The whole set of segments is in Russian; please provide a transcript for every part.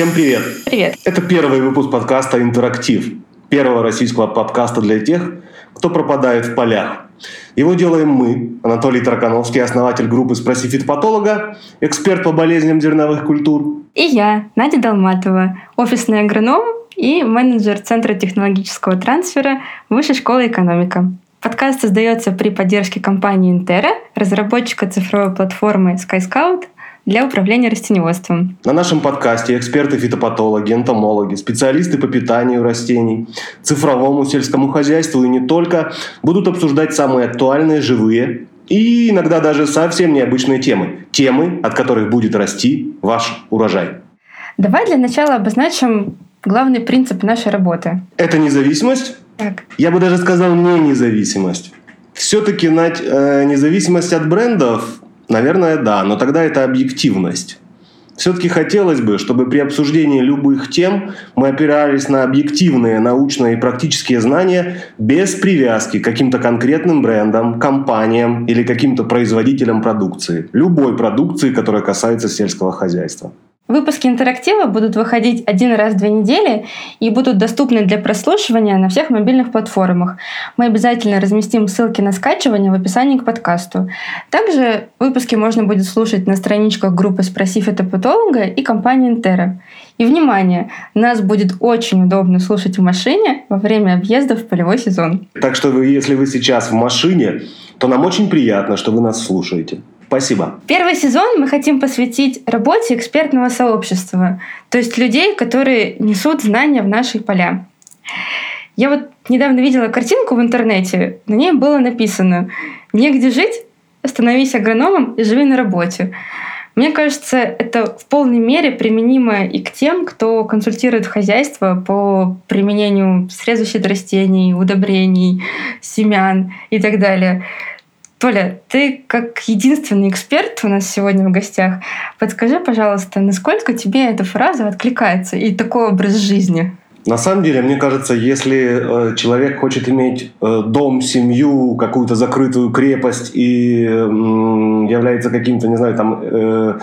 Всем привет! Привет! Это первый выпуск подкаста «Интерактив», первого российского подкаста для тех, кто пропадает в полях. Его делаем мы, Анатолий Таркановский, основатель группы «Спроси фитопатолога», эксперт по болезням зерновых культур. И я, Надя Долматова, офисный агроном и менеджер Центра технологического трансфера Высшей школы экономика. Подкаст создается при поддержке компании Intera, разработчика цифровой платформы SkyScout для управления растениеводством. На нашем подкасте эксперты-фитопатологи, энтомологи, специалисты по питанию растений, цифровому сельскому хозяйству и не только будут обсуждать самые актуальные, живые и иногда даже совсем необычные темы. Темы, от которых будет расти ваш урожай. Давай для начала обозначим главный принцип нашей работы. Это независимость? Так. Я бы даже сказал, не независимость. Все-таки независимость от брендов, наверное, да, но тогда это объективность. Все-таки хотелось бы, чтобы при обсуждении любых тем мы опирались на объективные научные и практические знания без привязки к каким-то конкретным брендам, компаниям или каким-то производителям продукции. Любой продукции, которая касается сельского хозяйства. Выпуски интерактива будут выходить один раз в 2 недели и будут доступны для прослушивания на всех мобильных платформах. Мы обязательно разместим ссылки на скачивание в описании к подкасту. Также выпуски можно будет слушать на страничках группы «Спроси фитопатолога» и компании Intera. И, внимание, нас будет очень удобно слушать в машине во время объезда в полевой сезон. Так что если вы сейчас в машине, то нам очень приятно, что вы нас слушаете. Спасибо. Первый сезон мы хотим посвятить работе экспертного сообщества, то есть людей, которые несут знания в наши поля. Я вот недавно видела картинку в интернете, на ней было написано «Негде жить? Становись агрономом и живи на работе». Мне кажется, это в полной мере применимо и к тем, кто консультирует хозяйство по применению средств защиты растений, удобрений, семян и так далее. Толя, ты как единственный эксперт у нас сегодня в гостях, подскажи, пожалуйста, насколько тебе эта фраза откликается и такой образ жизни? На самом деле, мне кажется, если человек хочет иметь дом, семью, какую-то закрытую крепость и является каким-то, не знаю, там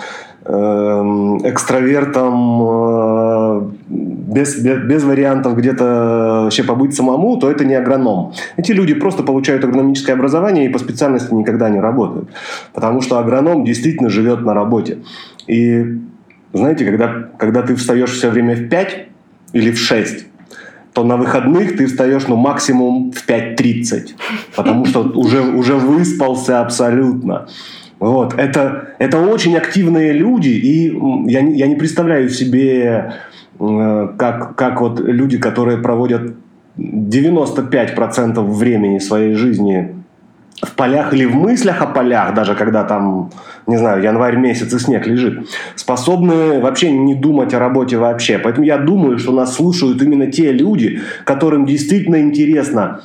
экстравертом, без вариантов где-то вообще побыть самому, то это не агроном. Эти люди просто получают агрономическое образование и по специальности никогда не работают. Потому что агроном действительно живет на работе. И знаете, когда ты встаешь все время в 5 или в 6, то на выходных ты встаешь максимум в 5:30, потому что уже выспался абсолютно. Вот. Это очень активные люди, и я не представляю себе, как вот люди, которые проводят 95% времени своей жизни в полях или в мыслях о полях, даже когда там, не знаю, январь месяц и снег лежит, способны вообще не думать о работе вообще. Поэтому я думаю, что нас слушают именно те люди, которым действительно интересно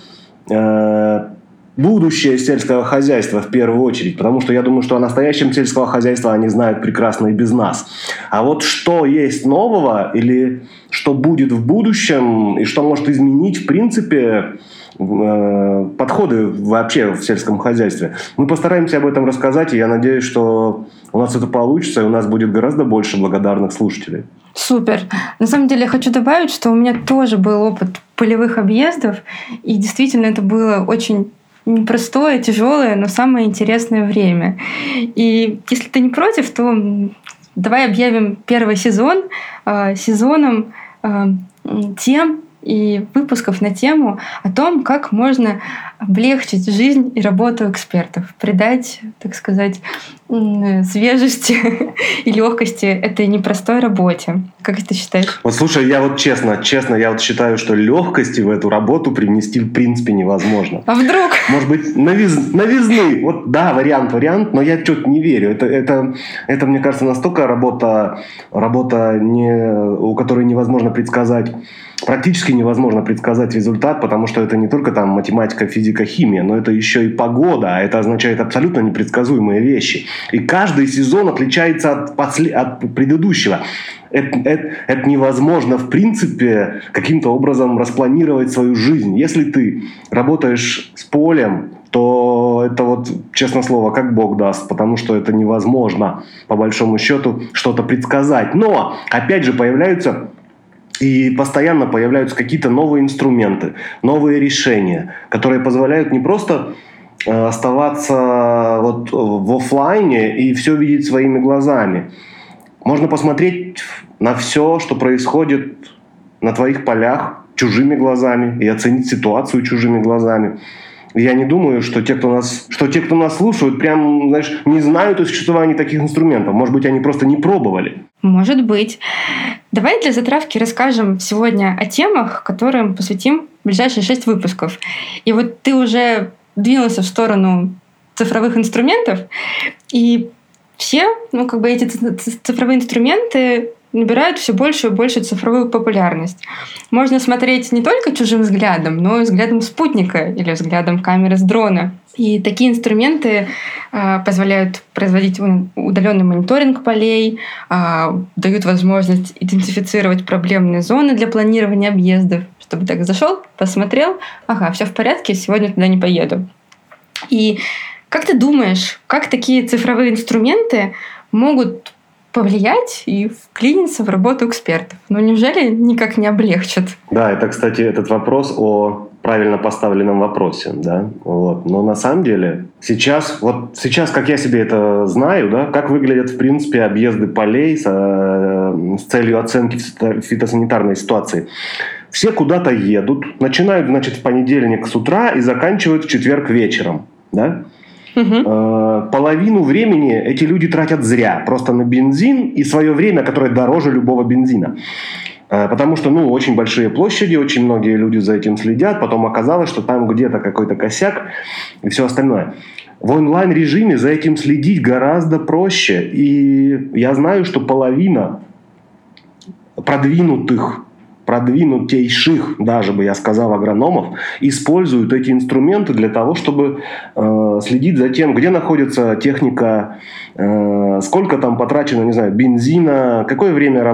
будущее сельского хозяйства в первую очередь, потому что я думаю, что о настоящем сельского хозяйства они знают прекрасно и без нас. А вот что есть нового или что будет в будущем и что может изменить в принципе подходы вообще в сельском хозяйстве, мы постараемся об этом рассказать, и я надеюсь, что у нас это получится, и у нас будет гораздо больше благодарных слушателей. Супер. На самом деле я хочу добавить, что у меня тоже был опыт полевых объездов, и действительно это было очень непростое, тяжелое, но самое интересное время. И если ты не против, то давай объявим первый сезон сезоном тем и выпусков на тему о том, как можно облегчить жизнь и работу экспертов, придать, так сказать, свежести и легкости этой непростой работе. Как ты считаешь? Вот слушай, я вот честно, я вот считаю, что легкости в эту работу привнести в принципе невозможно. А вдруг? Может быть, новизны. Вот да, вариант, но я что-то не верю. Это, мне кажется, настолько работа, у которой невозможно предсказать, практически невозможно предсказать результат, потому что это не только там математика, физика, химия, но это еще и погода, а это означает абсолютно непредсказуемые вещи. И каждый сезон отличается от предыдущего. Это невозможно, в принципе, каким-то образом распланировать свою жизнь. Если ты работаешь с полем, то то это вот, честное слово, как Бог даст, потому что это невозможно, по большому счету, что-то предсказать. Но, опять же, появляются и постоянно появляются какие-то новые инструменты, новые решения, которые позволяют не просто оставаться вот в офлайне и все видеть своими глазами. Можно посмотреть на все, что происходит на твоих полях, чужими глазами, и оценить ситуацию чужими глазами. Я не думаю, что те, кто нас слушают, прям, знаешь, не знают о существовании таких инструментов. Может быть, они просто не пробовали. Может быть. Давай для затравки расскажем сегодня о темах, которым посвятим ближайшие 6 выпусков. И вот ты уже двинулся в сторону цифровых инструментов, и все, эти цифровые инструменты набирают все большую и большую цифровую популярность. Можно смотреть не только чужим взглядом, но и взглядом спутника или взглядом камеры с дрона. И такие инструменты позволяют производить удаленный мониторинг полей, дают возможность идентифицировать проблемные зоны для планирования объездов, чтобы так зашел, посмотрел, все в порядке, сегодня туда не поеду. И как ты думаешь, как такие цифровые инструменты могут повлиять и вклиниться в работу экспертов? Неужели никак не облегчат? Да, это, кстати, этот вопрос о правильно поставленном вопросе, да, вот. Но на самом деле сейчас, как я себе это знаю, да, как выглядят, в принципе, объезды полей с целью оценки фитосанитарной ситуации. Все куда-то едут, начинают, в понедельник с утра и заканчивают в четверг вечером, да. Половину времени эти люди тратят зря, просто на бензин и свое время, которое дороже любого бензина. Потому что, очень большие площади, очень многие люди за этим следят. Потом оказалось, что там где-то какой-то косяк и все остальное. В онлайн-режиме за этим следить гораздо проще. И я знаю, что половина продвинутейших, даже бы я сказал, агрономов, используют эти инструменты для того, чтобы следить за тем, где находится техника, сколько там потрачено, бензина, какое время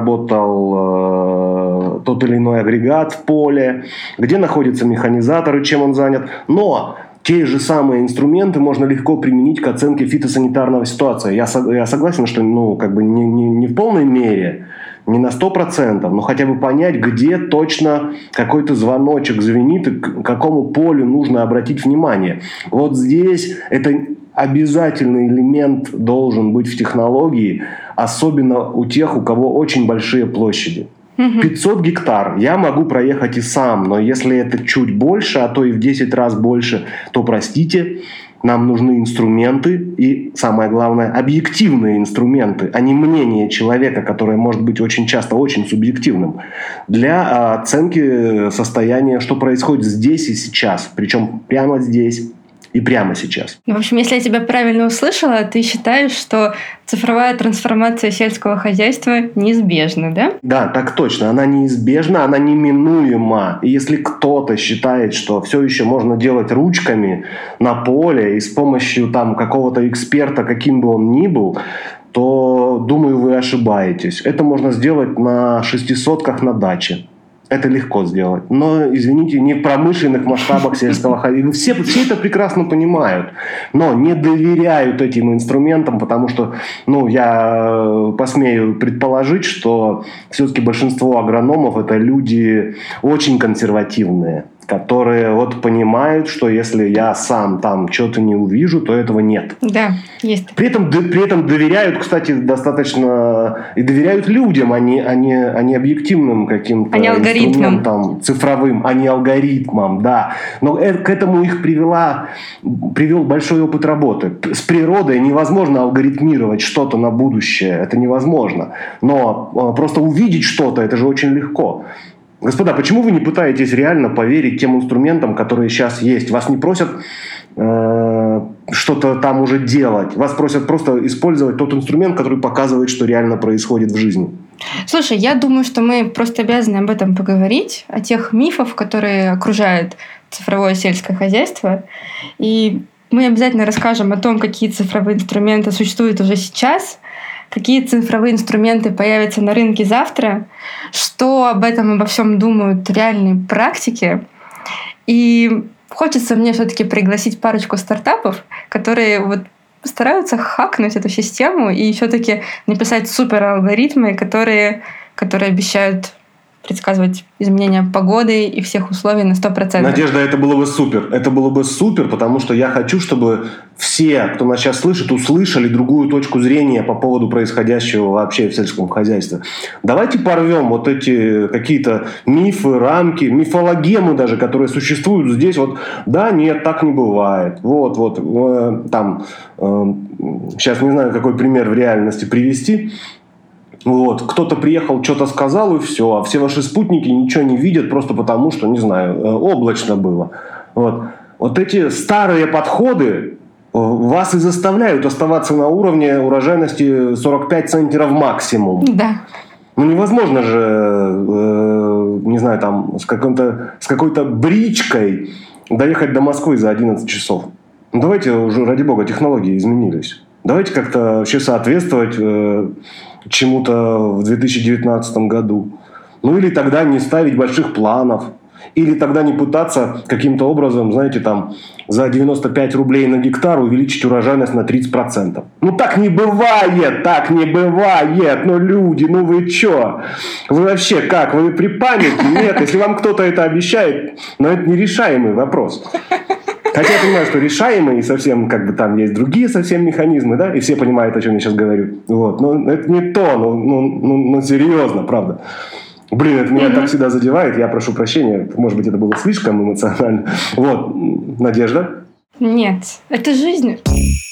работал тот или иной агрегат в поле, где находится механизатор и чем он занят. Но те же самые инструменты можно легко применить к оценке фитосанитарной ситуации. Я согласен, что не в полной мере, не на 100%, но хотя бы понять, где точно какой-то звоночек звенит и к какому полю нужно обратить внимание. Вот здесь это обязательный элемент должен быть в технологии, особенно у тех, у кого очень большие площади. 500 гектар я могу проехать и сам, но если это чуть больше, а то и в 10 раз больше, то, простите, нам нужны инструменты и, самое главное, объективные инструменты, а не мнение человека, которое может быть очень часто очень субъективным, для оценки состояния, что происходит здесь и сейчас, причем прямо здесь и прямо сейчас. В общем, если я тебя правильно услышала, ты считаешь, что цифровая трансформация сельского хозяйства неизбежна, да? Да, так точно. Она неизбежна, она неминуема. И если кто-то считает, что все еще можно делать ручками на поле и с помощью какого-то эксперта, каким бы он ни был, то, думаю, вы ошибаетесь. Это можно сделать на 600-ках на даче. Это легко сделать. Но, извините, не в промышленных масштабах сельского хозяйства. Все это прекрасно понимают, но не доверяют этим инструментам, потому что, я посмею предположить, что все-таки большинство агрономов – это люди очень консервативные, которые понимают, что если я сам там что-то не увижу, то этого нет. Да, есть. При этом доверяют, кстати, достаточно, и доверяют людям, а не объективным каким-то инструментам цифровым, а не алгоритмам, да. Но к этому их привел большой опыт работы. С природой невозможно алгоритмировать что-то на будущее, это невозможно. Но просто увидеть что-то, это же очень легко. Господа, почему вы не пытаетесь реально поверить тем инструментам, которые сейчас есть? Вас не просят что-то там уже делать. Вас просят просто использовать тот инструмент, который показывает, что реально происходит в жизни. Слушай, я думаю, что мы просто обязаны об этом поговорить, о тех мифах, которые окружают цифровое сельское хозяйство. И мы обязательно расскажем о том, какие цифровые инструменты существуют уже сейчас, какие цифровые инструменты появятся на рынке завтра, что об этом обо всем думают реальные практики. И хочется мне все-таки пригласить парочку стартапов, которые вот стараются хакнуть эту систему и все-таки написать супералгоритмы, которые обещают предсказывать изменения погоды и всех условий на 100%. Надежда, это было бы супер. Это было бы супер, потому что я хочу, чтобы все, кто нас сейчас слышит, услышали другую точку зрения по поводу происходящего вообще в сельском хозяйстве. Давайте порвем вот эти какие-то мифы, рамки, мифологемы даже, которые существуют здесь. Вот, да, нет, так не бывает. Там, сейчас не знаю, какой пример в реальности привести. Вот. Кто-то приехал, что-то сказал, и все. А все ваши спутники ничего не видят, просто потому что, не знаю, облачно было. Вот эти старые подходы вас и заставляют оставаться на уровне урожайности 45 центнеров максимум. Да. Невозможно же, не знаю, там, с какой-то бричкой доехать до Москвы за 11 часов. Давайте уже, ради бога, технологии изменились. Давайте как-то вообще соответствовать чему-то в 2019 году. Или тогда не ставить больших планов. Или тогда не пытаться каким-то образом, знаете, там, за 95 рублей на гектар увеличить урожайность на 30%. Так не бывает, так не бывает. Люди, вы что? Вы вообще как? Вы при памяти? Нет, если вам кто-то это обещает, но это нерешаемый вопрос. Хотя я понимаю, что решаемые и совсем там есть другие совсем механизмы, да, и все понимают, о чем я сейчас говорю. Но это не то, серьезно, правда. Это меня так всегда задевает, я прошу прощения, может быть, это было слишком эмоционально. Надежда? Нет, это жизнь.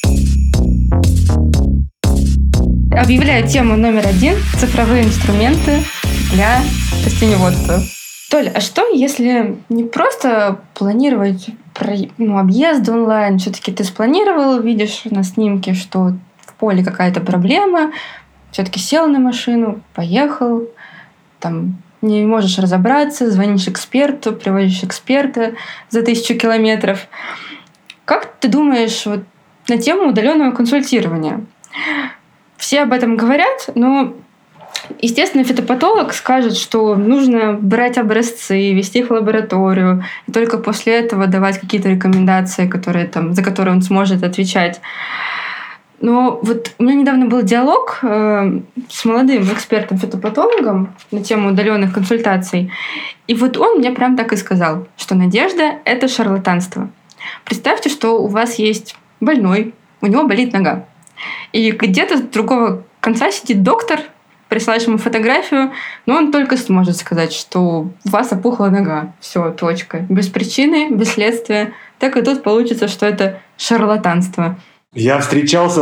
Объявляю тему номер 1 – цифровые инструменты для растениеводства. Толя, а что, если не просто планировать объезд онлайн, все-таки ты спланировал, видишь на снимке, что в поле какая-то проблема, все-таки сел на машину, поехал, там не можешь разобраться, звонишь эксперту, привозишь эксперта за 1000 километров. Как ты думаешь на тему удаленного консультирования? Все об этом говорят, но естественно, фитопатолог скажет, что нужно брать образцы, везти их в лабораторию, и только после этого давать какие-то рекомендации, за которые он сможет отвечать. Но у меня недавно был диалог с молодым экспертом-фитопатологом на тему удаленных консультаций, и он мне прям так и сказал, что надежда — это шарлатанство. Представьте, что у вас есть больной, у него болит нога, и где-то с другого конца сидит доктор, присылаешь ему фотографию, но он только сможет сказать, что у вас опухла нога. Все, точка. Без причины, без следствия. Так и тут получится, что это шарлатанство. Я с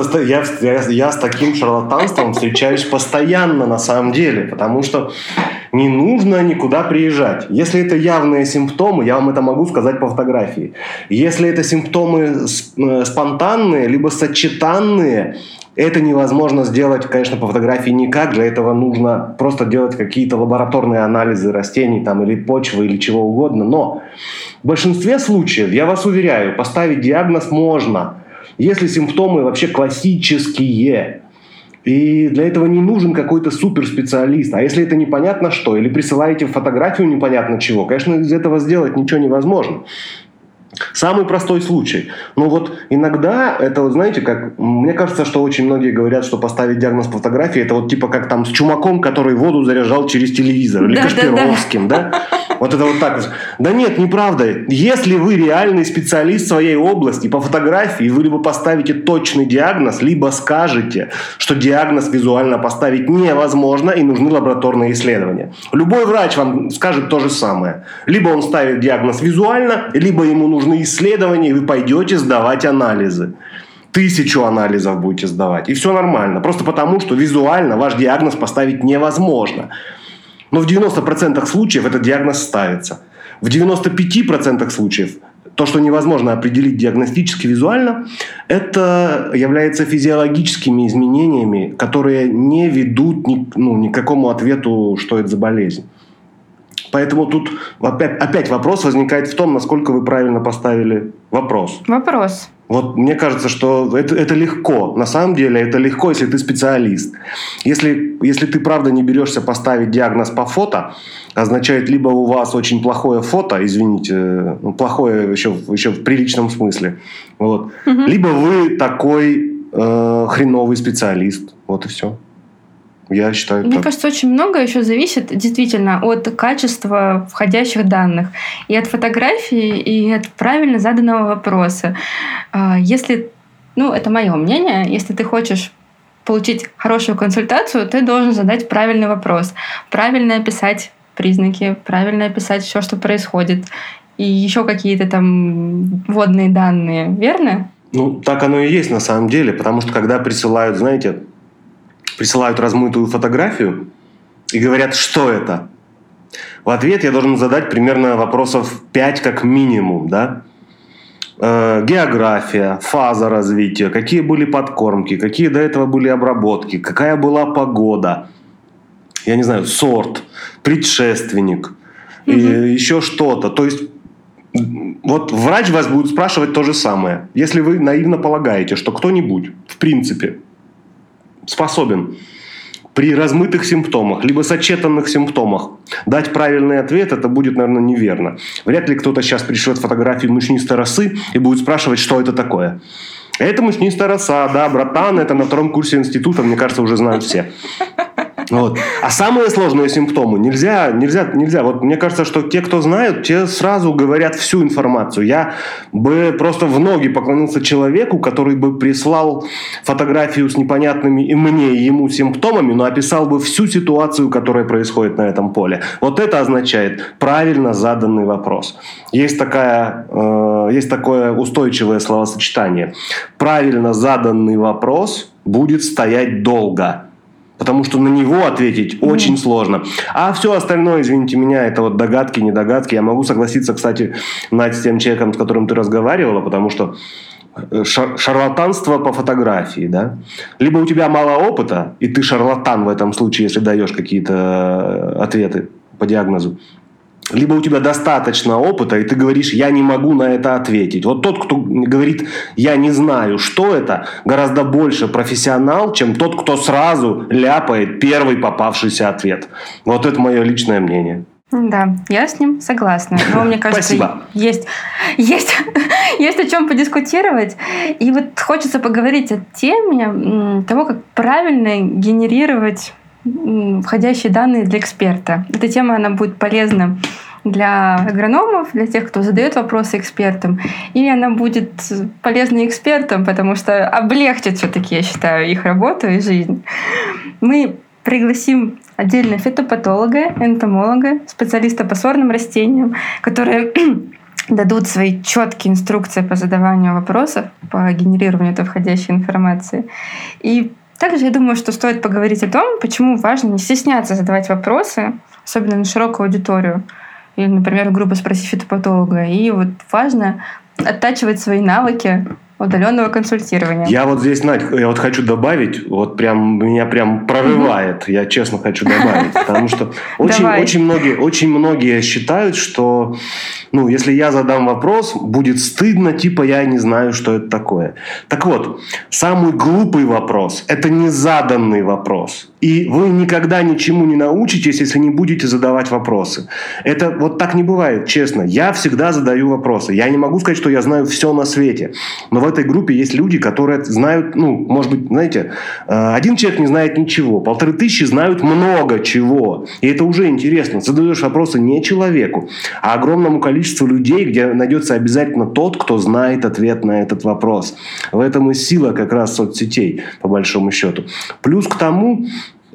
таким шарлатанством встречаюсь постоянно на самом деле, потому что не нужно никуда приезжать. Если это явные симптомы, я вам это могу сказать по фотографии. Если это симптомы спонтанные, либо сочетанные, это невозможно сделать, конечно, по фотографии никак. Для этого нужно просто делать какие-то лабораторные анализы растений или почвы, или чего угодно. Но в большинстве случаев, я вас уверяю, поставить диагноз можно, если симптомы вообще классические. И для этого не нужен какой-то суперспециалист. А если это непонятно что, или присылаете фотографию непонятно чего, конечно, из этого сделать ничего невозможно. Самый простой случай. Иногда это, знаете, как мне кажется, что очень многие говорят, что поставить диагноз по фотографии, это типа как с Чумаком, который воду заряжал через телевизор, или Кашпировским, да? Это так. Да нет, неправда. Если вы реальный специалист в своей области по фотографии, вы либо поставите точный диагноз, либо скажете, что диагноз визуально поставить невозможно и нужны лабораторные исследования. Любой врач вам скажет то же самое. Либо он ставит диагноз визуально, либо ему нужны исследования, и вы пойдете сдавать анализы. 1000 анализов будете сдавать. И все нормально. Просто потому, что визуально ваш диагноз поставить невозможно. Но в 90% случаев этот диагноз ставится. В 95% случаев то, что невозможно определить диагностически визуально, это является физиологическими изменениями, которые не ведут ни к какому ответу, что это за болезнь. Поэтому тут опять вопрос возникает в том, насколько вы правильно поставили вопрос. Вот мне кажется, что это легко. На самом деле это легко, если ты специалист. Если ты правда не берешься поставить диагноз по фото, означает либо у вас очень плохое фото, извините, плохое еще в приличном смысле, вот, либо вы такой хреновый специалист. Вот и все. Я считаю, Мне кажется, очень много еще зависит действительно от качества входящих данных. И от фотографии, и от правильно заданного вопроса. Если, это мое мнение, если ты хочешь получить хорошую консультацию, ты должен задать правильный вопрос, правильно описать признаки, правильно описать все, что происходит, и еще какие-то там вводные данные, верно? Так оно и есть на самом деле, потому что когда присылают размытую фотографию и говорят, что это? В ответ я должен задать примерно вопросов 5 как минимум, да? География, фаза развития, какие были подкормки, какие до этого были обработки, какая была погода, я не знаю, сорт, предшественник, и еще что-то. То есть вот врач вас будет спрашивать то же самое. Если вы наивно полагаете, что кто-нибудь, в принципе, способен при размытых симптомах, либо сочетанных симптомах дать правильный ответ, это будет, наверное, неверно. Вряд ли кто-то сейчас пришлет фотографии мучнистой росы и будет спрашивать, что это такое. Это мучнистая роса, да, братан, это на 2 курсе института, мне кажется, уже знают все. Вот. А самые сложные симптомы нельзя. Вот мне кажется, что те, кто знают, те сразу говорят всю информацию. Я бы просто в ноги поклонился человеку, который бы прислал фотографию с непонятными и мне, и ему симптомами, но описал бы всю ситуацию, которая происходит на этом поле. Вот это означает правильно заданный вопрос. Есть такое устойчивое словосочетание. Правильно заданный вопрос будет стоять долго. Потому что на него ответить очень сложно. А все остальное, извините меня, это вот догадки, недогадки. Я могу согласиться, кстати, Надь, с тем человеком, с которым ты разговаривала, потому что шарлатанство по фотографии, да? Либо у тебя мало опыта, и ты шарлатан в этом случае, если даешь какие-то ответы по диагнозу. Либо у тебя достаточно опыта, и ты говоришь, я не могу на это ответить. Вот тот, кто говорит, я не знаю, что это, гораздо больше профессионал, чем тот, кто сразу ляпает первый попавшийся ответ. Вот это мое личное мнение. Да, я с ним согласна. Но мне кажется, есть о чем подискутировать. И вот хочется поговорить о теме того, как правильно генерировать входящие данные для эксперта. Эта тема, она будет полезна для агрономов, для тех, кто задает вопросы экспертам, или она будет полезна экспертам, потому что облегчит все-таки, я считаю, их работу и жизнь. Мы пригласим отдельно фитопатолога, энтомолога, специалиста по сорным растениям, которые дадут свои четкие инструкции по задаванию вопросов, по генерированию этой входящей информации. И также я думаю, что стоит поговорить о том, почему важно не стесняться задавать вопросы, особенно на широкую аудиторию, или, например, грубо спросить фитопатолога. И вот важно оттачивать свои навыки удаленного консультирования. Я вот здесь, Надь, я вот хочу добавить, вот прям меня прям прорывает, я честно хочу добавить, потому что очень многие считают, что если я задам вопрос, будет стыдно, типа я не знаю, что это такое. Так вот, самый глупый вопрос – это незаданный вопрос. И вы никогда ничему не научитесь, если не будете задавать вопросы. Это вот так не бывает, честно. Я всегда задаю вопросы. Я не могу сказать, что я знаю все на свете. Но в этой группе есть люди, которые знают, может быть, знаете, один человек не знает ничего, 1500 знают много чего. И это уже интересно. Задаешь вопросы не человеку, а огромному количеству людей, где найдется обязательно тот, кто знает ответ на этот вопрос. В этом и сила как раз соцсетей, по большому счету. Плюс к тому,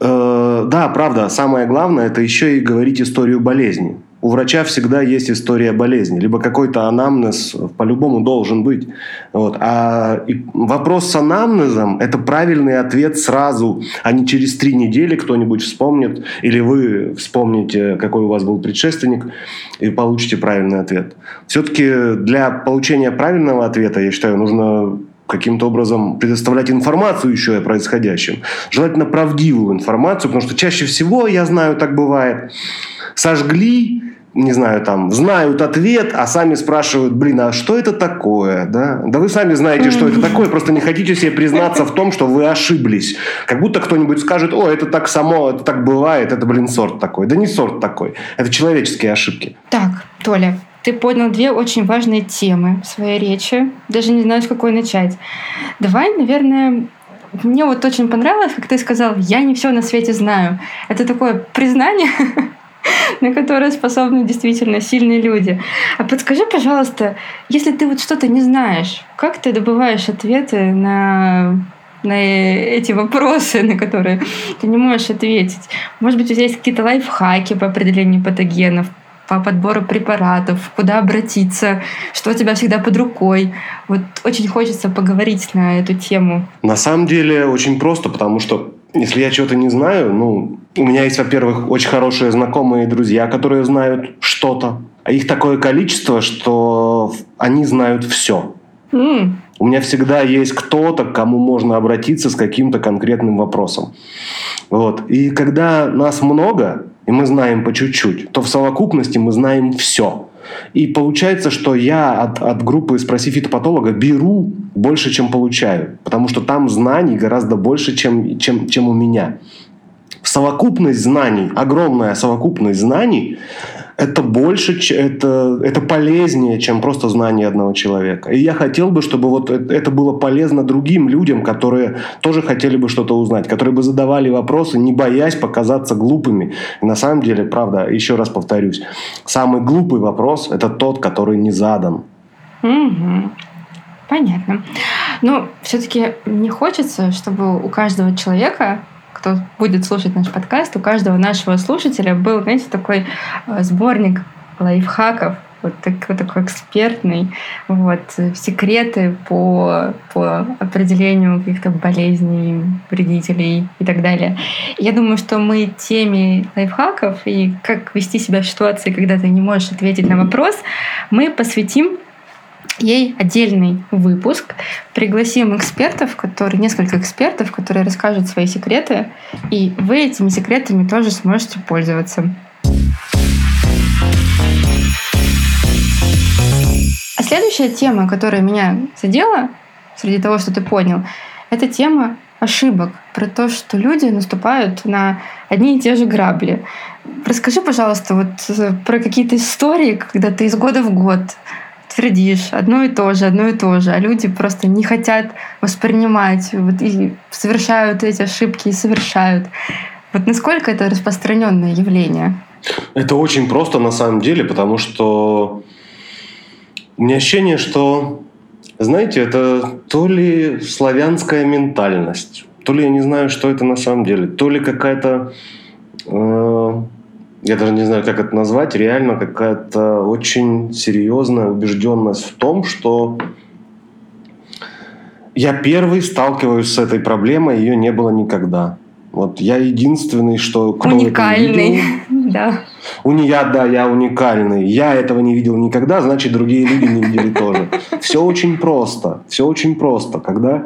да, правда, самое главное, это еще и говорить историю болезни. У врача всегда есть история болезни, либо какой-то анамнез по-любому должен быть. Вот. А вопрос с анамнезом – это правильный ответ сразу, а не через 3 недели кто-нибудь вспомнит, или вы вспомните, какой у вас был предшественник, и получите правильный ответ. Все-таки для получения правильного ответа, я считаю, нужно каким-то образом предоставлять информацию еще о происходящем. Желательно правдивую информацию, потому что чаще всего, я знаю, так бывает, сожгли не знаю, там, знают ответ, а сами спрашивают, а что это такое, да? Да вы сами знаете, что это такое, просто не хотите себе признаться в том, что вы ошиблись. Как будто кто-нибудь скажет, это так само, это так бывает, это, сорт такой. Да не сорт такой, это человеческие ошибки. Так, Толя, ты поднял 2 очень важные темы в своей речи. Даже не знаю, с какой начать. Давай, наверное, мне вот очень понравилось, как ты сказал, я не все на свете знаю. Это такое признание, на которое способны действительно сильные люди. А подскажи, пожалуйста, если ты вот что-то не знаешь, как ты добываешь ответы на эти вопросы, на которые ты не можешь ответить? Может быть, у тебя есть какие-то лайфхаки по определению патогенов, по подбору препаратов, куда обратиться, что у тебя всегда под рукой. Вот очень хочется поговорить на эту тему. На самом деле очень просто, потому что если я чего-то не знаю, у меня есть, во-первых, очень хорошие знакомые и друзья, которые знают что-то. А их такое количество, что они знают все. У меня всегда есть кто-то, к кому можно обратиться с каким-то конкретным вопросом. Вот. И когда нас много, и мы знаем по чуть-чуть, то в совокупности мы знаем все. И получается, что я от группы «Спроси фитопатолога» беру больше, чем получаю. Потому что там знаний гораздо больше, чем у меня. Совокупность знаний, огромная совокупность знаний, это больше, это полезнее, чем просто знание одного человека. И я хотел бы, чтобы вот это было полезно другим людям, которые тоже хотели бы что-то узнать, которые бы задавали вопросы, не боясь показаться глупыми. И на самом деле, правда, еще раз повторюсь, самый глупый вопрос – это тот, который не задан. Угу. Понятно. Но все-таки мне хочется, чтобы у каждого человека, кто будет слушать наш подкаст, у каждого нашего слушателя был, знаете, такой сборник лайфхаков, вот такой экспертный, секреты по определению каких-то болезней, вредителей и так далее. Я думаю, что мы теме лайфхаков и как вести себя в ситуации, когда ты не можешь ответить на вопрос, мы посвятим ей отдельный выпуск. Пригласим несколько экспертов, которые расскажут свои секреты, и вы этими секретами тоже сможете пользоваться. А следующая тема, которая меня задела, среди того, что ты поднял, это тема ошибок, про то, что люди наступают на одни и те же грабли. Расскажи, пожалуйста, про какие-то истории, когда ты из года в год твердишь одно и то же, а люди просто не хотят воспринимать и совершают эти ошибки и совершают. Насколько это распространенное явление? Это очень просто на самом деле, потому что у меня ощущение, что, знаете, это то ли славянская ментальность, то ли я не знаю, что это на самом деле, то ли какая-то... Я даже не знаю, как это назвать, реально какая-то очень серьезная убежденность в том, что я первый сталкиваюсь с этой проблемой, ее не было никогда. Я единственный, кто уникальный, это видел. Да. Я уникальный. Я этого не видел никогда, значит, другие люди не видели тоже. Все очень просто. Когда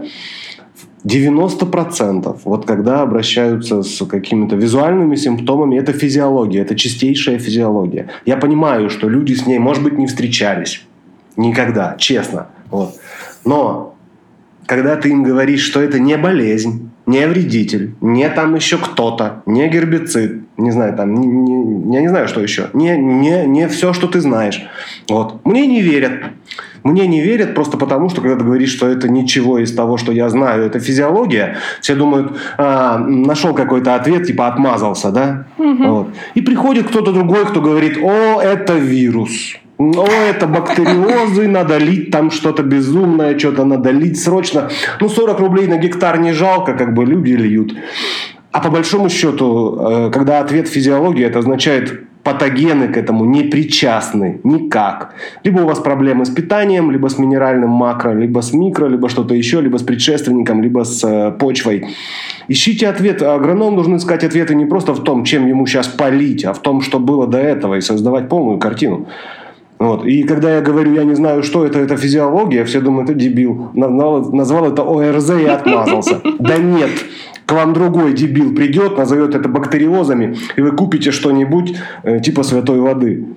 90%, когда обращаются с какими-то визуальными симптомами, это физиология, это чистейшая физиология. Я понимаю, что люди с ней, может быть, не встречались. Никогда, честно. Но когда ты им говоришь, что это не болезнь, не вредитель, не там еще кто-то, не гербицид, не знаю, я не знаю, что еще, не все, что ты знаешь. Мне не верят. Мне не верят просто потому, что когда ты говоришь, что это ничего из того, что я знаю, это физиология, все думают, нашел какой-то ответ, типа отмазался, да? Угу. И приходит кто-то другой, кто говорит, это вирус. Это бактериозы, надо лить там что-то безумное, что-то надо лить срочно. 40 рублей на гектар не жалко, люди льют. А по большому счету, когда ответ физиология, это означает, патогены к этому не причастны никак. Либо у вас проблемы с питанием, либо с минеральным макро, либо с микро, либо что-то еще, либо с предшественником, либо с почвой. Ищите ответ. Агроном должен искать ответы не просто в том, чем ему сейчас полить, а в том, что было до этого, и создавать полную картину. И когда я говорю, я не знаю, что это физиология, все думают, это дебил. Назвал это ОРЗ и отмазался. Да нет. К вам другой дебил придет, назовет это бактериозами, и вы купите что-нибудь типа святой воды.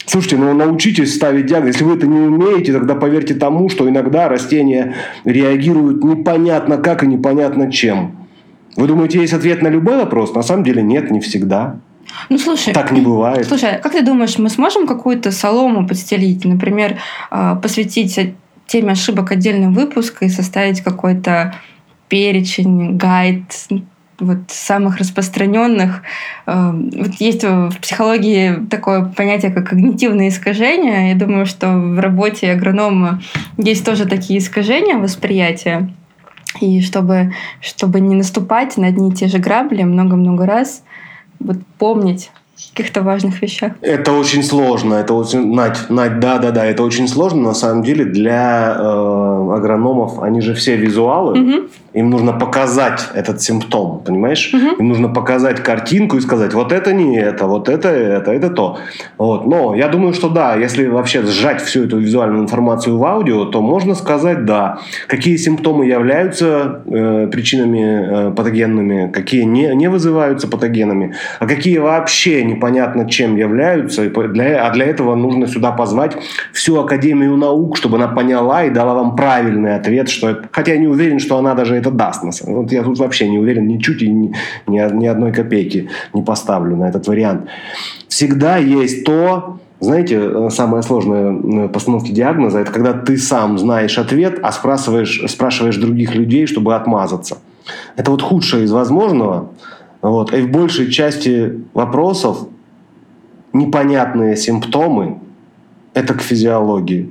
Слушайте, научитесь ставить диагноз. Если вы это не умеете, тогда поверьте тому, что иногда растения реагируют непонятно как и непонятно чем. Вы думаете, есть ответ на любой вопрос? На самом деле нет, не всегда. Слушай, так не бывает. Слушай, как ты думаешь, мы сможем какую-то солому подстелить? Например, посвятить теме ошибок отдельный выпуск и составить какой-то перечень, гайд самых распространенных. Вот есть в психологии такое понятие, как когнитивные искажения. Я думаю, что в работе агронома есть тоже такие искажения восприятия. И чтобы не наступать на одни и те же грабли много-много раз, помнить о каких-то важных вещах. Это очень сложно. Это очень, Надь, да, это очень сложно. На самом деле для агрономов, они же все визуалы. Угу. Им нужно показать этот симптом, понимаешь? Угу. Им нужно показать картинку и сказать, вот это не это, вот это то. Но я думаю, что да, если вообще сжать всю эту визуальную информацию в аудио, то можно сказать, да, какие симптомы являются причинами патогенными, какие не вызываются патогенами, а какие вообще непонятно чем являются. А для этого нужно сюда позвать всю Академию наук, чтобы она поняла и дала вам правильный ответ, что это... Хотя я не уверен, что она даже это даст нас. Я тут вообще не уверен ничуть и ни одной копейки не поставлю на этот вариант. Всегда есть то... Знаете, самое сложное в постановке диагноза – это когда ты сам знаешь ответ, а спрашиваешь других людей, чтобы отмазаться. Это худшее из возможного. И в большей части вопросов непонятные симптомы – это к физиологии.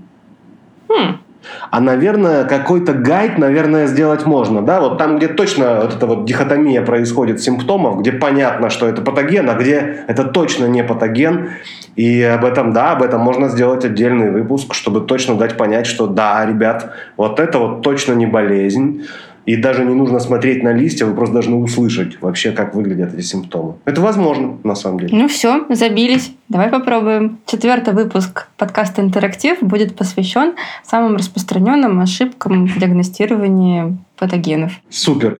А, наверное, какой-то гайд, сделать можно. Да? Там, где точно эта дихотомия происходит симптомов, где понятно, что это патоген, а где это точно не патоген. И об этом можно сделать отдельный выпуск, чтобы точно дать понять, что да, ребят, это точно не болезнь. И даже не нужно смотреть на листья, вы просто должны услышать вообще, как выглядят эти симптомы. Это возможно, на самом деле. Все, забились. Давай попробуем. 4-й выпуск подкаста «Интерактив» будет посвящен самым распространенным ошибкам в диагностировании патогенов. Супер.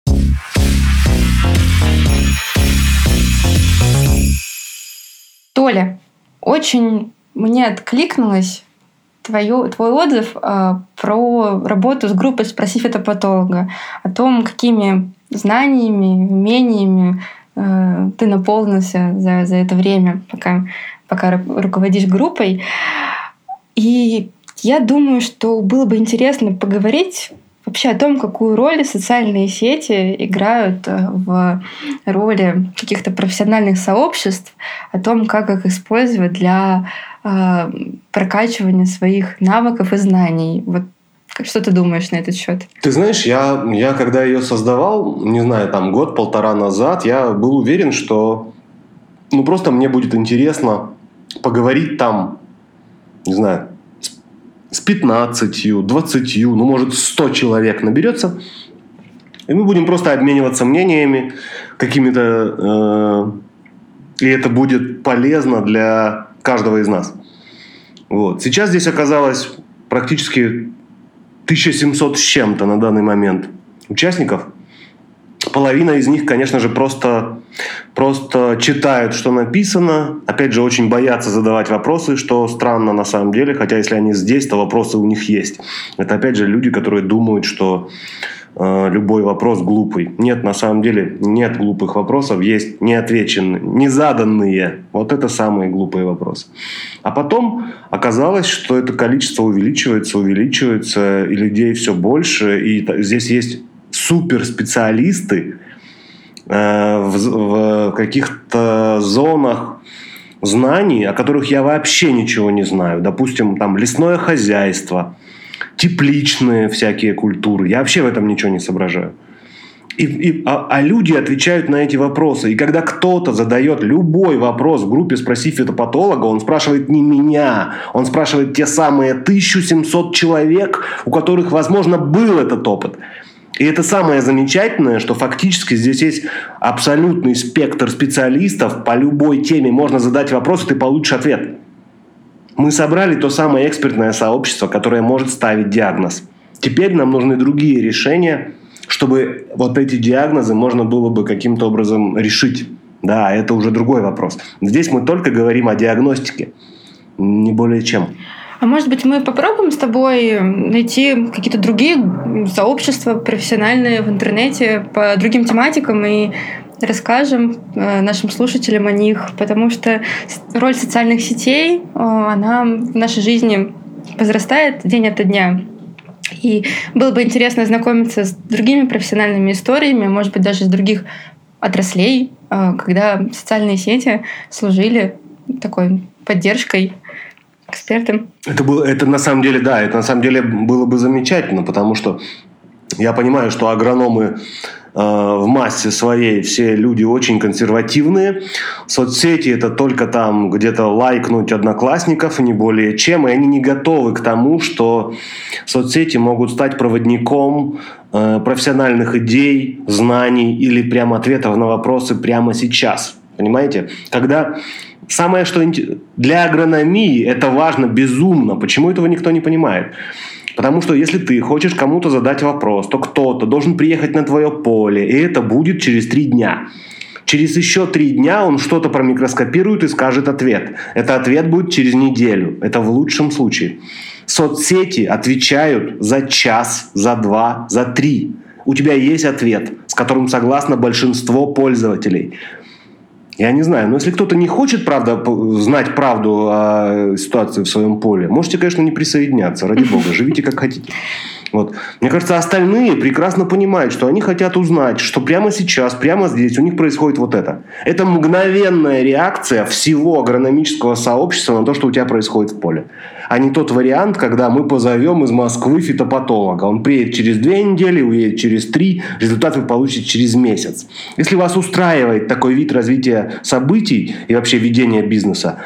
Толя, очень мне откликнулось твой отзыв про работу с группой «Спроси фитопатолога», о том, какими знаниями, умениями ты наполнился за это время, пока руководишь группой. И я думаю, что было бы интересно поговорить вообще о том, какую роль социальные сети играют в роли каких-то профессиональных сообществ, о том, как их использовать для прокачивания своих навыков и знаний. Что ты думаешь на этот счет? Ты знаешь, я когда ее создавал, не знаю, год-полтора назад, я был уверен, что просто мне будет интересно поговорить там, не знаю, с 15, 20, может 100 человек наберется, и мы будем просто обмениваться мнениями какими-то, и это будет полезно для каждого из нас. Сейчас здесь оказалось практически 1700 с чем-то на данный момент участников. Половина из них, конечно же, просто читают, что написано. Опять же, очень боятся задавать вопросы, что странно на самом деле. Хотя, если они здесь, то вопросы у них есть. Это, опять же, люди, которые думают, что любой вопрос глупый. Нет, на самом деле, нет глупых вопросов. Есть неотвеченные, незаданные. Это самые глупые вопросы. А потом оказалось, что это количество увеличивается, и людей все больше. И здесь есть суперспециалисты в каких-то зонах знаний, о которых я вообще ничего не знаю. Допустим, лесное хозяйство, тепличные всякие культуры. Я вообще в этом ничего не соображаю. А люди отвечают на эти вопросы. И когда кто-то задает любой вопрос в группе «Спроси фитопатолога», он спрашивает не меня, он спрашивает те самые 1700 человек, у которых, возможно, был этот опыт. И это самое замечательное, что фактически здесь есть абсолютный спектр специалистов. По любой теме можно задать вопрос, и ты получишь ответ. Мы собрали то самое экспертное сообщество, которое может ставить диагноз. Теперь нам нужны другие решения, чтобы эти диагнозы можно было бы каким-то образом решить. Да, это уже другой вопрос. Здесь мы только говорим о диагностике. Не более чем. А может быть, мы попробуем с тобой найти какие-то другие сообщества профессиональные в интернете по другим тематикам и расскажем нашим слушателям о них, потому что роль социальных сетей, она в нашей жизни возрастает день ото дня. И было бы интересно ознакомиться с другими профессиональными историями, может быть, даже из других отраслей, когда социальные сети служили такой поддержкой экспертам. Это на самом деле, да, это на самом деле было бы замечательно, потому что я понимаю, что агрономы в массе своей все люди очень консервативные. Соцсети — это только там где-то лайкнуть одноклассников, и не более чем. И они не готовы к тому, что соцсети могут стать проводником профессиональных идей, знаний или прямо ответов на вопросы прямо сейчас. Понимаете? Когда самое, что для агрономии это важно безумно. Почему этого никто не понимает? Потому что если ты хочешь кому-то задать вопрос, то кто-то должен приехать на твое поле, и это будет через 3 дня. Через еще 3 дня он что-то промикроскопирует и скажет ответ. Это ответ будет через неделю. Это в лучшем случае. Соцсети отвечают за час, за 2, за 3. У тебя есть ответ, с которым согласно большинство пользователей. Я не знаю, но если кто-то не хочет, правда, знать правду о ситуации в своем поле, можете, конечно, не присоединяться. Ради бога, живите как хотите. Вот. Мне кажется, остальные прекрасно понимают, что они хотят узнать, что прямо сейчас, прямо здесь у них происходит вот это. Это мгновенная реакция всего агрономического сообщества на то, что у тебя происходит в поле. А не тот вариант, когда мы позовем из Москвы фитопатолога. Он приедет через 2 недели, уедет через 3, результат вы получите через месяц. Если вас устраивает такой вид развития событий и вообще ведения бизнеса,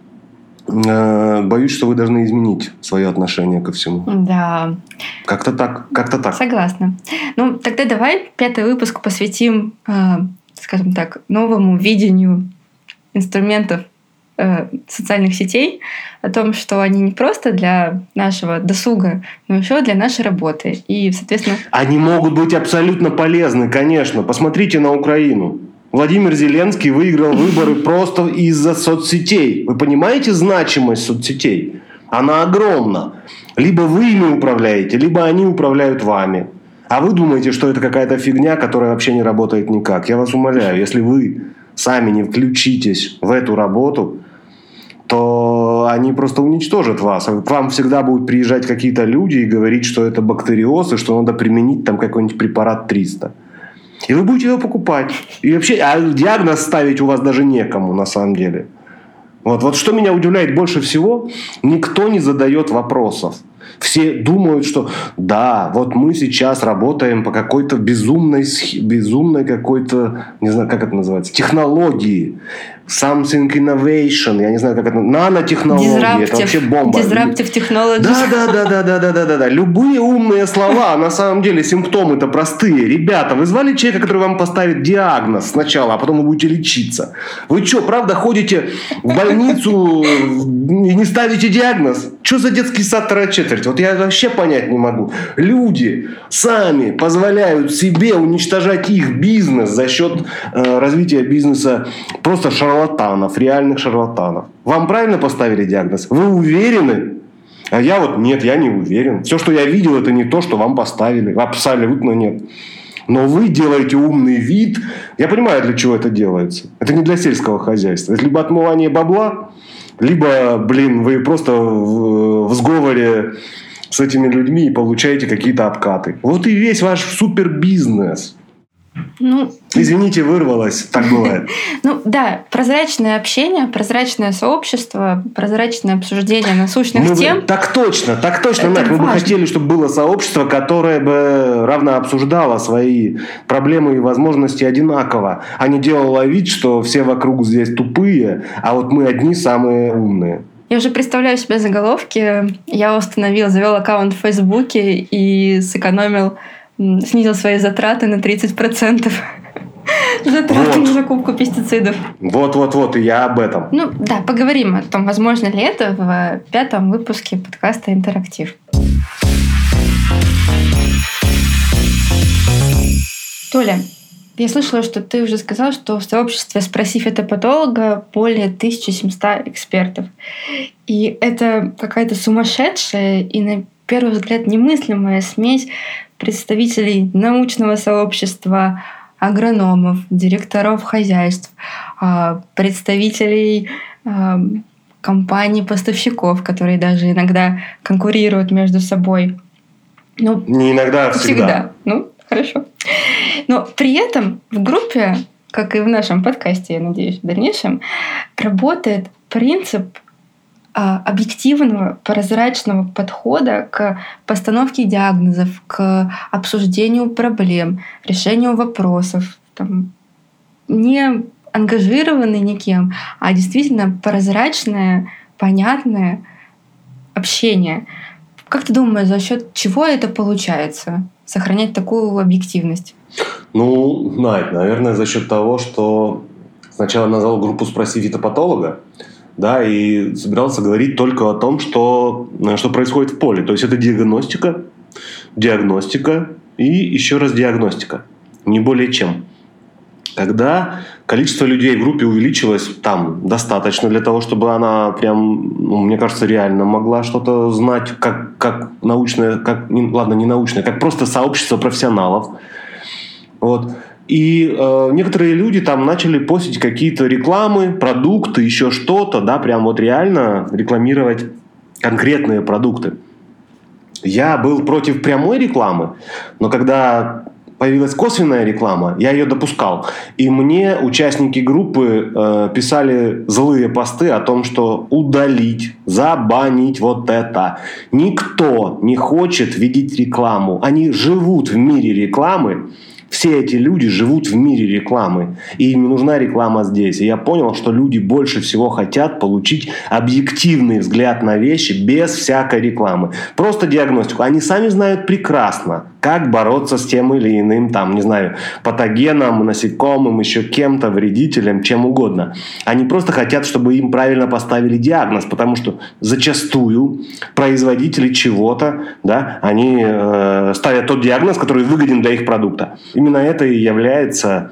боюсь, что вы должны изменить свое отношение ко всему. Да. Как-то так. Согласна. Ну, тогда давай 5-й выпуск посвятим, скажем так, новому видению инструментов социальных сетей, о том, что они не просто для нашего досуга, но еще для нашей работы. И, соответственно... Они могут быть абсолютно полезны, конечно. Посмотрите на Украину. Владимир Зеленский выиграл выборы просто из-за соцсетей. Вы понимаете значимость соцсетей? Она огромна. Либо вы ими управляете, либо они управляют вами. А вы думаете, что это какая-то фигня, которая вообще не работает никак. Я вас умоляю, если вы сами не включитесь в эту работу, то они просто уничтожат вас. К вам всегда будут приезжать какие-то люди и говорить, что это бактериоз, и что надо применить там какой-нибудь препарат 300. И вы будете его покупать. И вообще, диагноз ставить у вас даже некому, на самом деле. Вот что меня удивляет больше всего, никто не задает вопросов. Все думают, что да, вот мы сейчас работаем по какой-то безумной какой-то, не знаю, как это называется, технологии. Something innovation, я не знаю, как это, нанотехнологии, это вообще бомба. Disruptive technology. Да. Любые умные слова, на самом деле симптомы-то простые. Ребята, вы звали человека, который вам поставит диагноз сначала, а потом вы будете лечиться. Вы что, правда ходите в больницу и не ставите диагноз? Что за детский сад 2/4? Вот я вообще понять не могу. Люди сами позволяют себе уничтожать их бизнес за счет развития бизнеса просто шарлатанов, реальных шарлатанов. Вам правильно поставили диагноз? Вы уверены? А я вот нет, я не уверен. Все, что я видел, это не то, что вам поставили. Абсолютно нет. Но вы делаете умный вид. Я понимаю, для чего это делается. Это не для сельского хозяйства. Это либо отмывание бабла, либо, вы просто в сговоре с этими людьми и получаете какие-то откаты. Вот и весь ваш супербизнес. Извините, вырвалось, так бывает. Прозрачное общение, прозрачное сообщество, прозрачное обсуждение насущных тем. Так точно, Надь. Мы бы хотели, чтобы было сообщество, которое бы равно обсуждало свои проблемы и возможности одинаково, а не делало вид, что все вокруг здесь тупые, а вот мы одни самые умные. Я уже представляю себе заголовки. Я завел аккаунт в Фейсбуке и снизил свои затраты на 30%. Затраты на закупку пестицидов. Вот, и я об этом. Поговорим о том, возможно ли это в 5-м выпуске подкаста «Интерактив». Толя, Я слышала, что ты уже сказал, что в сообществе «Спроси фитопатолога» более 1700 экспертов. И это какая-то сумасшедшая и, на первый взгляд, немыслимая смесь представителей научного сообщества, агрономов, директоров хозяйств, представителей компаний-поставщиков, которые даже иногда конкурируют между собой. Не иногда, а всегда. Хорошо. Но при этом в группе, как и в нашем подкасте, я надеюсь, в дальнейшем, работает принцип объективного, прозрачного подхода к постановке диагнозов, к обсуждению проблем, решению вопросов. Не ангажированный никем, а действительно прозрачное, понятное общение. Как ты думаешь, за счет чего это получается? Сохранять такую объективность? Надь, наверное, за счет того, что сначала назвал группу «Спроси фитопатолога», да, и собирался говорить только о том, что происходит в поле. То есть это диагностика и еще раз диагностика. Не более чем. Когда количество людей в группе увеличилось там достаточно для того, чтобы она прям, мне кажется, реально могла что-то знать, как научное, не научное, как просто сообщество профессионалов. Вот. И некоторые люди там начали постить какие-то рекламы, продукты, еще что-то, да, прям вот реально рекламировать конкретные продукты. Я был против прямой рекламы, но когда появилась косвенная реклама, я ее допускал. И мне участники группы писали злые посты о том, что удалить, забанить вот это. Никто не хочет видеть рекламу. Они живут в мире рекламы. Все эти люди живут в мире рекламы, и им нужна реклама здесь. И я понял, что люди больше всего хотят получить объективный взгляд на вещи без всякой рекламы. Просто диагностику. Они сами знают прекрасно, как бороться с тем или иным, патогеном, насекомым, еще кем-то, вредителем, чем угодно. Они просто хотят, чтобы им правильно поставили диагноз, потому что зачастую производители чего-то, да, они ставят тот диагноз, который выгоден для их продукта. Именно это и является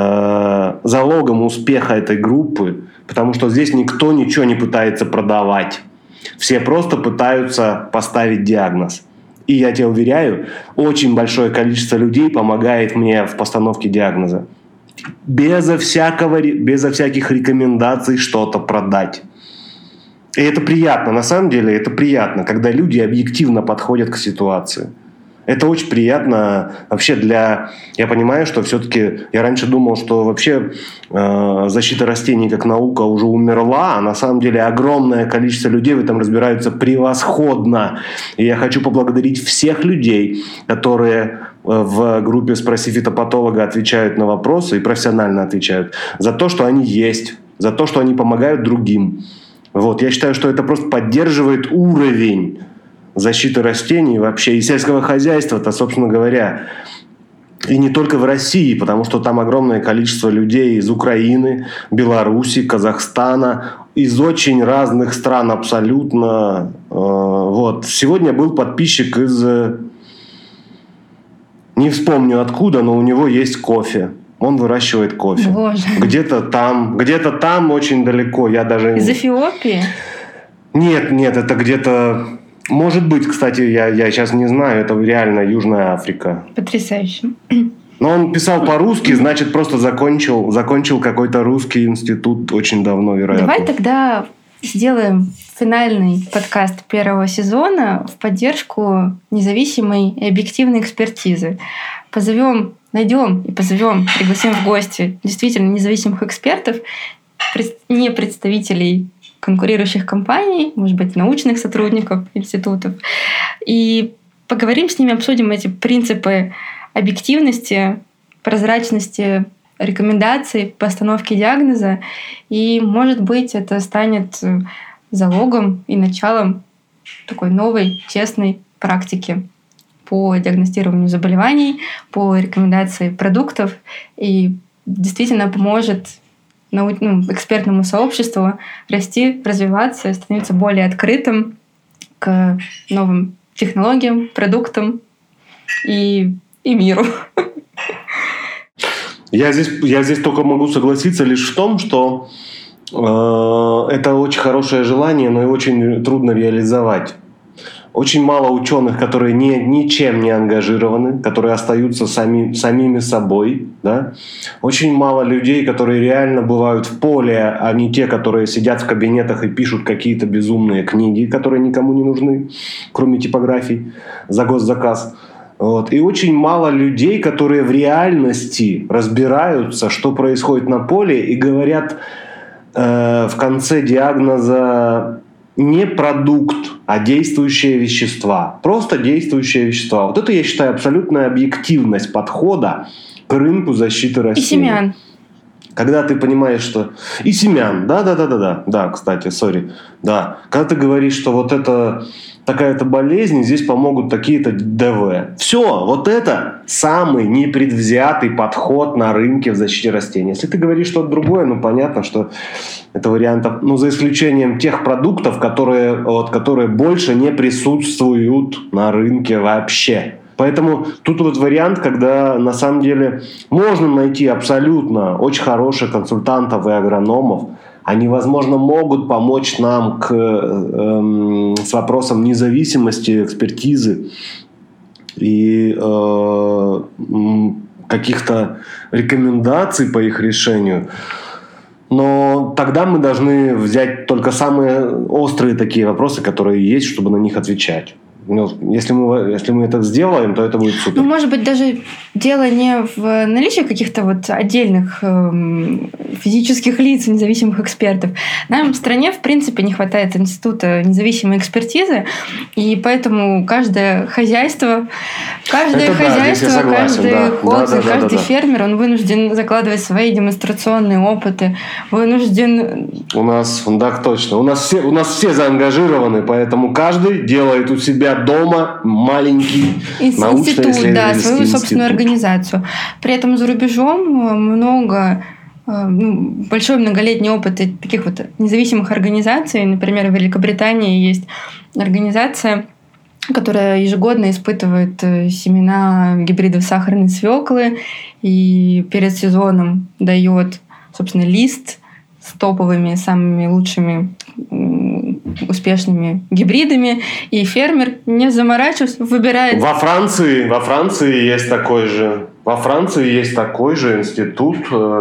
залогом успеха этой группы, потому что здесь никто ничего не пытается продавать. Все просто пытаются поставить диагноз. И я тебя уверяю, очень большое количество людей помогает мне в постановке диагноза. Безо всяких рекомендаций что-то продать. И это приятно, на самом деле это приятно, когда люди объективно подходят к ситуации. Это очень приятно вообще Я понимаю, что все-таки... Я раньше думал, что вообще защита растений как наука уже умерла, а на самом деле огромное количество людей в этом разбираются превосходно. И я хочу поблагодарить всех людей, которые в группе «Спроси фитопатолога» отвечают на вопросы и профессионально отвечают. За то, что они есть, за то, что они помогают другим. Вот. Я считаю, что это просто поддерживает уровень защиты растений вообще и сельского хозяйства-то, собственно говоря. И не только в России, потому что там огромное количество людей из Украины, Беларуси, Казахстана, из очень разных стран абсолютно. Вот. Сегодня был подписчик из... Не вспомню откуда, но у него есть кофе. Он выращивает кофе. Боже. Где-то там очень далеко. Я даже... Из Эфиопии? Нет, это где-то... Может быть, кстати, я сейчас не знаю, это реально Южная Африка. Потрясающе. Но он писал по-русски, значит, просто закончил какой-то русский институт очень давно, вероятно. Давай тогда сделаем финальный подкаст первого сезона в поддержку независимой и объективной экспертизы. Найдем и пригласим в гости действительно независимых экспертов, не представителей конкурирующих компаний, может быть, научных сотрудников институтов. И поговорим с ними, обсудим эти принципы объективности, прозрачности рекомендаций, постановки диагноза. И, может быть, это станет залогом и началом такой новой, честной практики по диагностированию заболеваний, по рекомендации продуктов и действительно поможет экспертному сообществу расти, развиваться, становиться более открытым к новым технологиям, продуктам и миру. Я здесь только могу согласиться лишь в том, что это очень хорошее желание, но и очень трудно реализовать. Очень мало ученых, которые ничем не ангажированы, которые остаются самими собой. Да? Очень мало людей, которые реально бывают в поле, а не те, которые сидят в кабинетах и пишут какие-то безумные книги, которые никому не нужны, кроме типографий за госзаказ. Вот. И очень мало людей, которые в реальности разбираются, что происходит на поле, и говорят в конце диагноза не продукт, а действующие вещества. Просто действующие вещества. Вот это, я считаю, абсолютная объективность подхода к рынку защиты растений. И семян. Когда ты понимаешь, что... И семян. Да, кстати, сори. Да. Когда ты говоришь, что вот это такая-то болезнь, здесь помогут такие-то ДВ. Все, вот это самый непредвзятый подход на рынке в защите растений. Если ты говоришь что-то другое, понятно, что это вариантов, за исключением тех продуктов, которые больше не присутствуют на рынке вообще. Поэтому тут вот вариант, когда на самом деле можно найти абсолютно очень хороших консультантов и агрономов. Они, возможно, могут помочь нам с вопросом независимости, экспертизы и каких-то рекомендаций по их решению. Но тогда мы должны взять только самые острые такие вопросы, которые есть, чтобы на них отвечать. Если мы это сделаем, то это будет супер. Может быть, даже дело не в наличии каких-то отдельных физических лиц, независимых экспертов. Нам в стране, в принципе, не хватает института независимой экспертизы, и поэтому каждое хозяйство, каждый холдинг, каждый фермер, он вынужден закладывать свои демонстрационные опыты, вынужден... У нас точно. У нас все заангажированы, поэтому каждый делает у себя дома маленький научно-исследовательский институт, свою собственную организацию. При этом за рубежом большой многолетний опыт таких независимых организаций. Например, в Великобритании есть организация, которая ежегодно испытывает семена гибридов сахарной свеклы и перед сезоном дает, собственно, лист с топовыми, самыми лучшими успешными гибридами, и фермер, не заморачиваясь, выбирает. Во Франции есть такой же. Во Франции есть такой же институт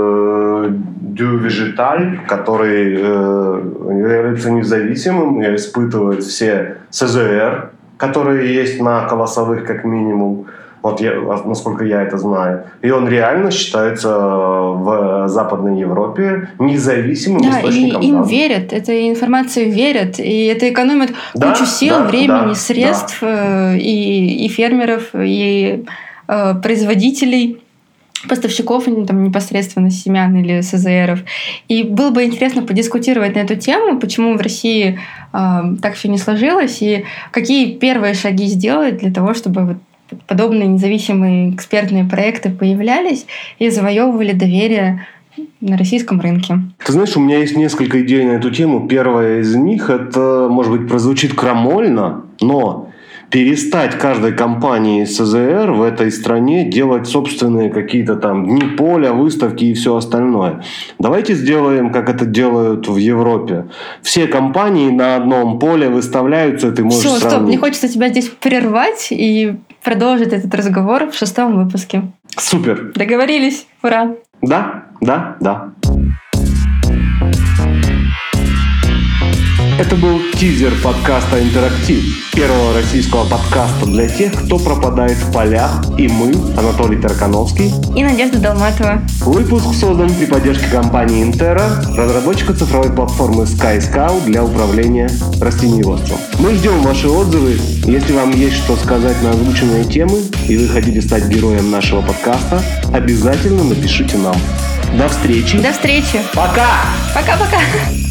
Du Vegetal, который является независимым и испытывает все СЗР, которые есть на колосовых как минимум. Насколько я это знаю. И он реально считается в Западной Европе независимым источником данных. Им верят, этой информации верят, и это экономит кучу сил, времени, средств и фермеров, и производителей, поставщиков непосредственно семян или СЗРов. И было бы интересно подискутировать на эту тему, почему в России так все не сложилось, и какие первые шаги сделать для того, чтобы подобные независимые экспертные проекты появлялись и завоевывали доверие на российском рынке. Ты знаешь, у меня есть несколько идей на эту тему. Первая из них, это, может быть, прозвучит крамольно, но перестать каждой компании СЗР в этой стране делать собственные какие-то дни поля, выставки и все остальное. Давайте сделаем, как это делают в Европе. Все компании на одном поле выставляются, ты можешь сравнить. Стоп, мне хочется тебя здесь прервать и продолжить этот разговор в 6-м выпуске. Супер. Договорились. Ура. Да. Это был тизер подкаста «Интерактив», первого российского подкаста для тех, кто пропадает в полях, и мы, Анатолий Таркановский и Надежда Долматова. Выпуск создан при поддержке компании Intera, разработчика цифровой платформы SkyScout для управления растениеводством. Мы ждем ваши отзывы. Если вам есть что сказать на озвученные темы, и вы хотите стать героем нашего подкаста, обязательно напишите нам. До встречи. До встречи. Пока. Пока-пока.